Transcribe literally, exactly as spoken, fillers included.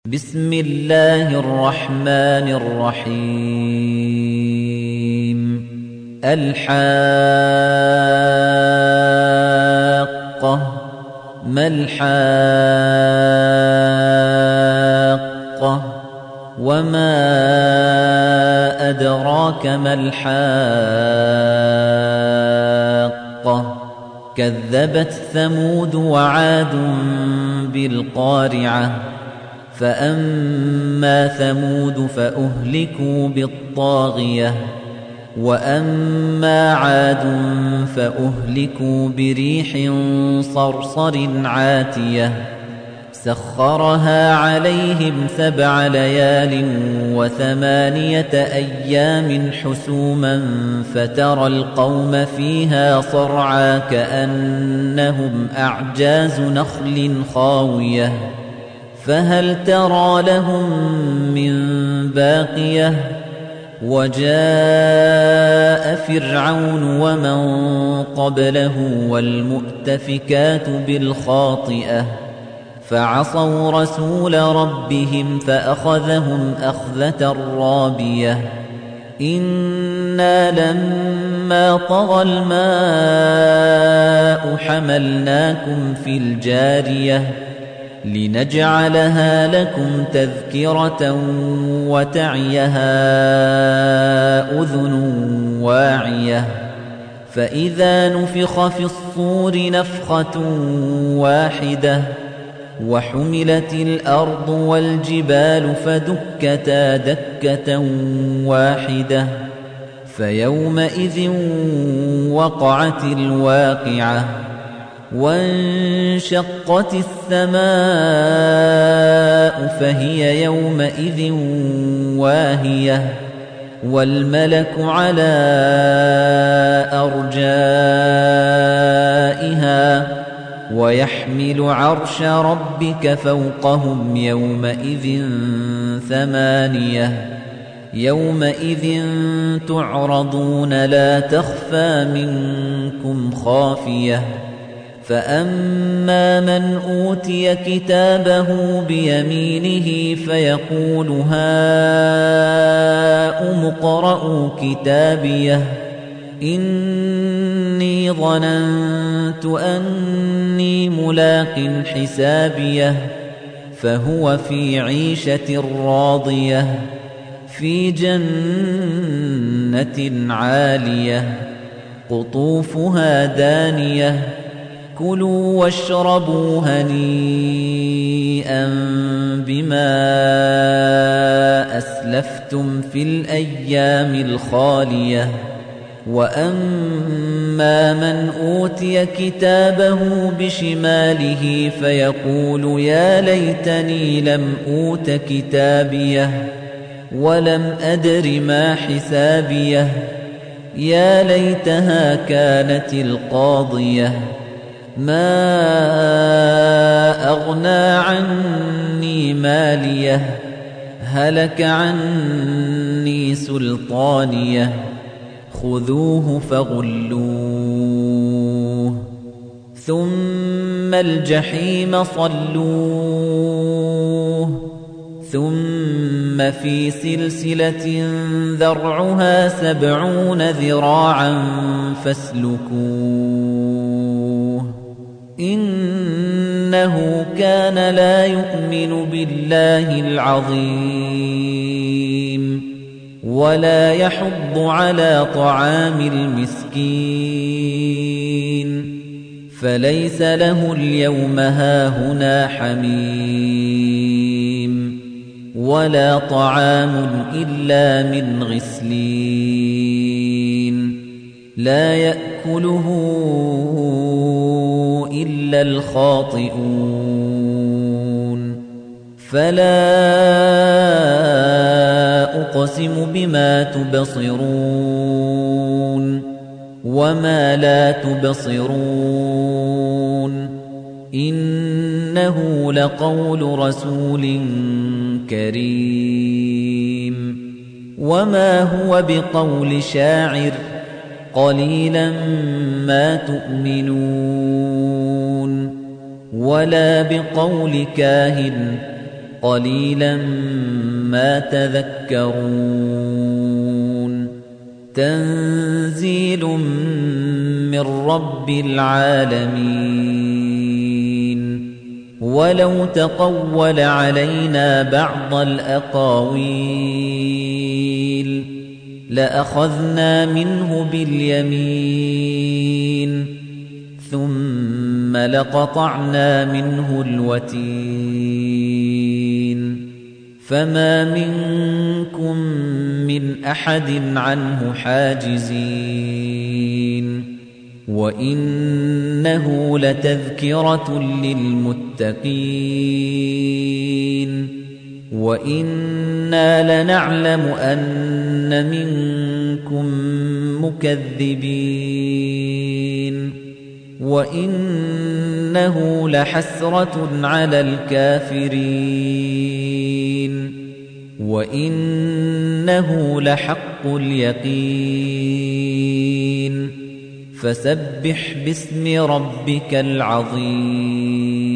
بسم الله الرحمن الرحيم الحاقة ما الحاقة وما أدراك ما الحاقة كذبت ثمود وعاد بالقارعة فأما ثمود فأهلكوا بالطاغية وأما عاد فأهلكوا بريح صرصر عاتية سخرها عليهم سبع ليال وثمانية أيام حسوما فترى القوم فيها صرعى كأنهم أعجاز نخل خاوية فهل ترى لهم من باقية وجاء فرعون ومن قبله والمؤتفكات بالخاطئة فعصوا رسول ربهم فأخذهم أخذة رابية إنا لما طغى الماء حملناكم في الجارية لنجعلها لكم تذكرة وتعيها أذن واعية فإذا نفخ في الصور نفخة واحدة وحملت الأرض والجبال فدكتا دكة واحدة فيومئذ وقعت الواقعة وانشقت السماء فهي يومئذ واهية والملك على أرجائها ويحمل عرش ربك فوقهم يومئذ ثمانية يومئذ تعرضون لا تخفى منكم خافية فأما من أوتي كتابه بيمينه فيقول هاؤم اقرءوا كتابيه إني ظننت أني ملاق حسابيه فهو في عيشة راضية في جنة عالية قطوفها دانية كلوا واشربوا هنيئا بما أسلفتم في الأيام الخالية وأما من أوتي كتابه بشماله فيقول يا ليتني لم أوت كتابيه ولم أدر ما حسابيه يا ليتها كانت القاضية ما أغنى عني ماليه هلك عني سلطانيه خذوه فغلوه ثم الجحيم صلوه ثم في سلسلة ذرعها سبعون ذراعا فاسلكوه إنه كان لا يؤمن بالله العظيم ولا يحض على طعام المسكين فليس له اليوم هاهنا حميم ولا طعام إلا من غسلين لا يأكله إلا الخاطئون فلا أقسم بما تبصرون وما لا تبصرون إنه لقول رسول كريم وما هو بقول شاعر قليلا ما تؤمنون ولا بقول كاهن قليلا ما تذكرون تنزيل من رب العالمين ولو تقول علينا بعض الأقاويل لأخذنا منه باليمين ثم لقطعنا منه الوتين فما منكم من أحد عنه حاجزين وإنه لتذكرة للمتقين وإنا لنعلم أن منكم مكذبين وإنه لحسرة على الكافرين وإنه لحق اليقين فسبح باسم ربك العظيم